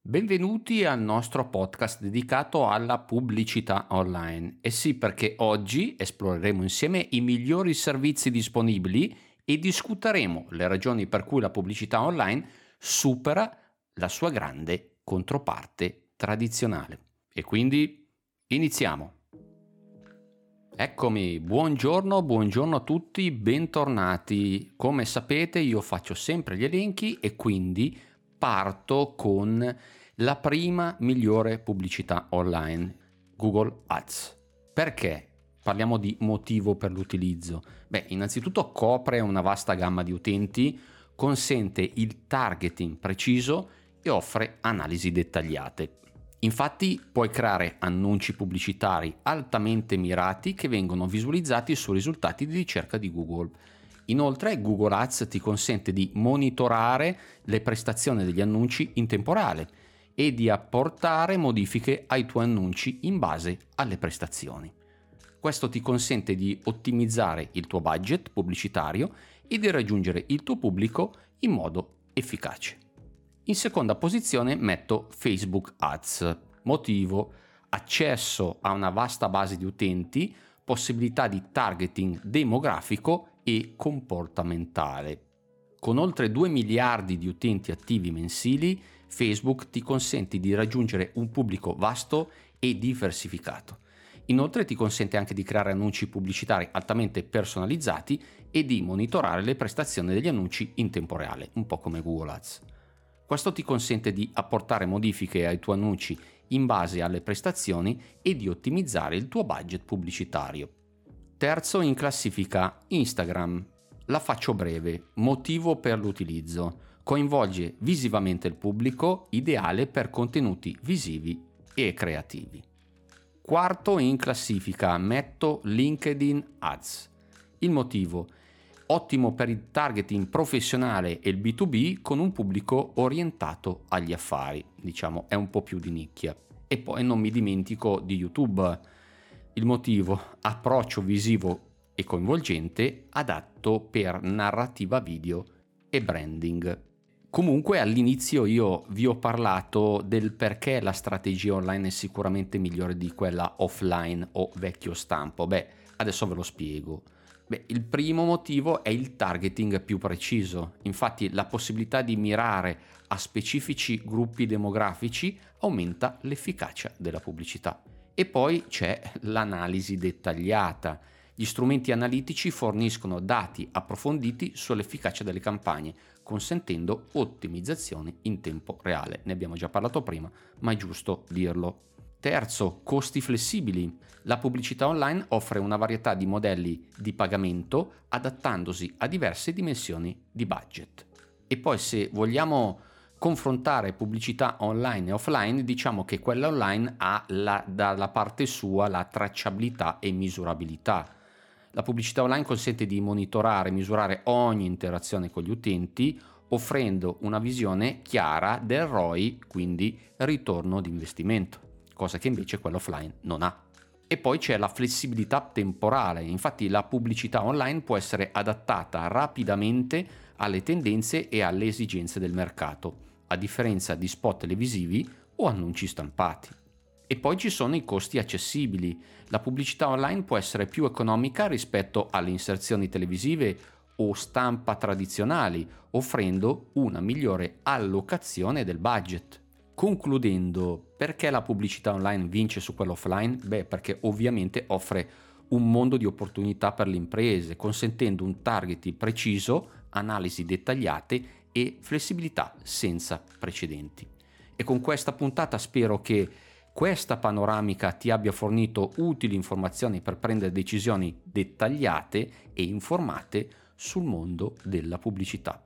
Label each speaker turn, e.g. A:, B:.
A: Benvenuti al nostro podcast dedicato alla pubblicità online. E sì, perché oggi esploreremo insieme i migliori servizi disponibili e discuteremo le ragioni per cui la pubblicità online supera la sua grande controparte tradizionale. E quindi iniziamo. Eccomi, buongiorno a tutti, bentornati. Come sapete io faccio sempre gli elenchi e quindi parto con la prima migliore pubblicità online, Google Ads. Perché? Parliamo di motivo per l'utilizzo. Innanzitutto copre una vasta gamma di utenti, consente il targeting preciso e offre analisi dettagliate. Infatti puoi creare annunci pubblicitari altamente mirati che vengono visualizzati sui risultati di ricerca di Google. Inoltre Google Ads ti consente di monitorare le prestazioni degli annunci in tempo reale e di apportare modifiche ai tuoi annunci in base alle prestazioni. Questo ti consente di ottimizzare il tuo budget pubblicitario e di raggiungere il tuo pubblico in modo efficace. In seconda posizione metto Facebook Ads. Motivo: accesso a una vasta base di utenti, possibilità di targeting demografico e comportamentale. Con oltre 2 miliardi di utenti attivi mensili, Facebook ti consente di raggiungere un pubblico vasto e diversificato. Inoltre ti consente anche di creare annunci pubblicitari altamente personalizzati e di monitorare le prestazioni degli annunci in tempo reale, un po' come Google Ads. Questo ti consente di apportare modifiche ai tuoi annunci in base alle prestazioni e di ottimizzare il tuo budget pubblicitario. Terzo in classifica Instagram. La faccio breve, motivo per l'utilizzo. Coinvolge visivamente il pubblico, ideale per contenuti visivi e creativi. Quarto in classifica metto LinkedIn Ads. Il motivo: ottimo per il targeting professionale e il B2B con un pubblico orientato agli affari, diciamo è un po' più di nicchia. E poi non mi dimentico di YouTube. Il motivo: approccio visivo e coinvolgente, adatto per narrativa video e branding. Comunque all'inizio io vi ho parlato del perché la strategia online è sicuramente migliore di quella offline o vecchio stampo. Adesso ve lo spiego. Il primo motivo è il targeting più preciso. Infatti la possibilità di mirare a specifici gruppi demografici aumenta l'efficacia della pubblicità. E poi c'è l'analisi dettagliata. Gli strumenti analitici forniscono dati approfonditi sull'efficacia delle campagne, consentendo ottimizzazioni in tempo reale. Ne abbiamo già parlato prima, ma è giusto dirlo. Terzo, costi flessibili. La pubblicità online offre una varietà di modelli di pagamento adattandosi a diverse dimensioni di budget. E poi se vogliamo confrontare pubblicità online e offline, diciamo che quella online ha dalla parte sua la tracciabilità e misurabilità. La pubblicità online consente di monitorare e misurare ogni interazione con gli utenti, offrendo una visione chiara del ROI, quindi ritorno di investimento, cosa che invece quella offline non ha. E poi c'è la flessibilità temporale. Infatti la pubblicità online può essere adattata rapidamente alle tendenze e alle esigenze del mercato, a differenza di spot televisivi o annunci stampati. E poi ci sono i costi accessibili. La pubblicità online può essere più economica rispetto alle inserzioni televisive o stampa tradizionali, offrendo una migliore allocazione del budget. Concludendo, perché la pubblicità online vince su quella offline? Perché ovviamente offre un mondo di opportunità per le imprese, consentendo un targeting preciso, analisi dettagliate e flessibilità senza precedenti. E con questa puntata spero che questa panoramica ti abbia fornito utili informazioni per prendere decisioni dettagliate e informate sul mondo della pubblicità.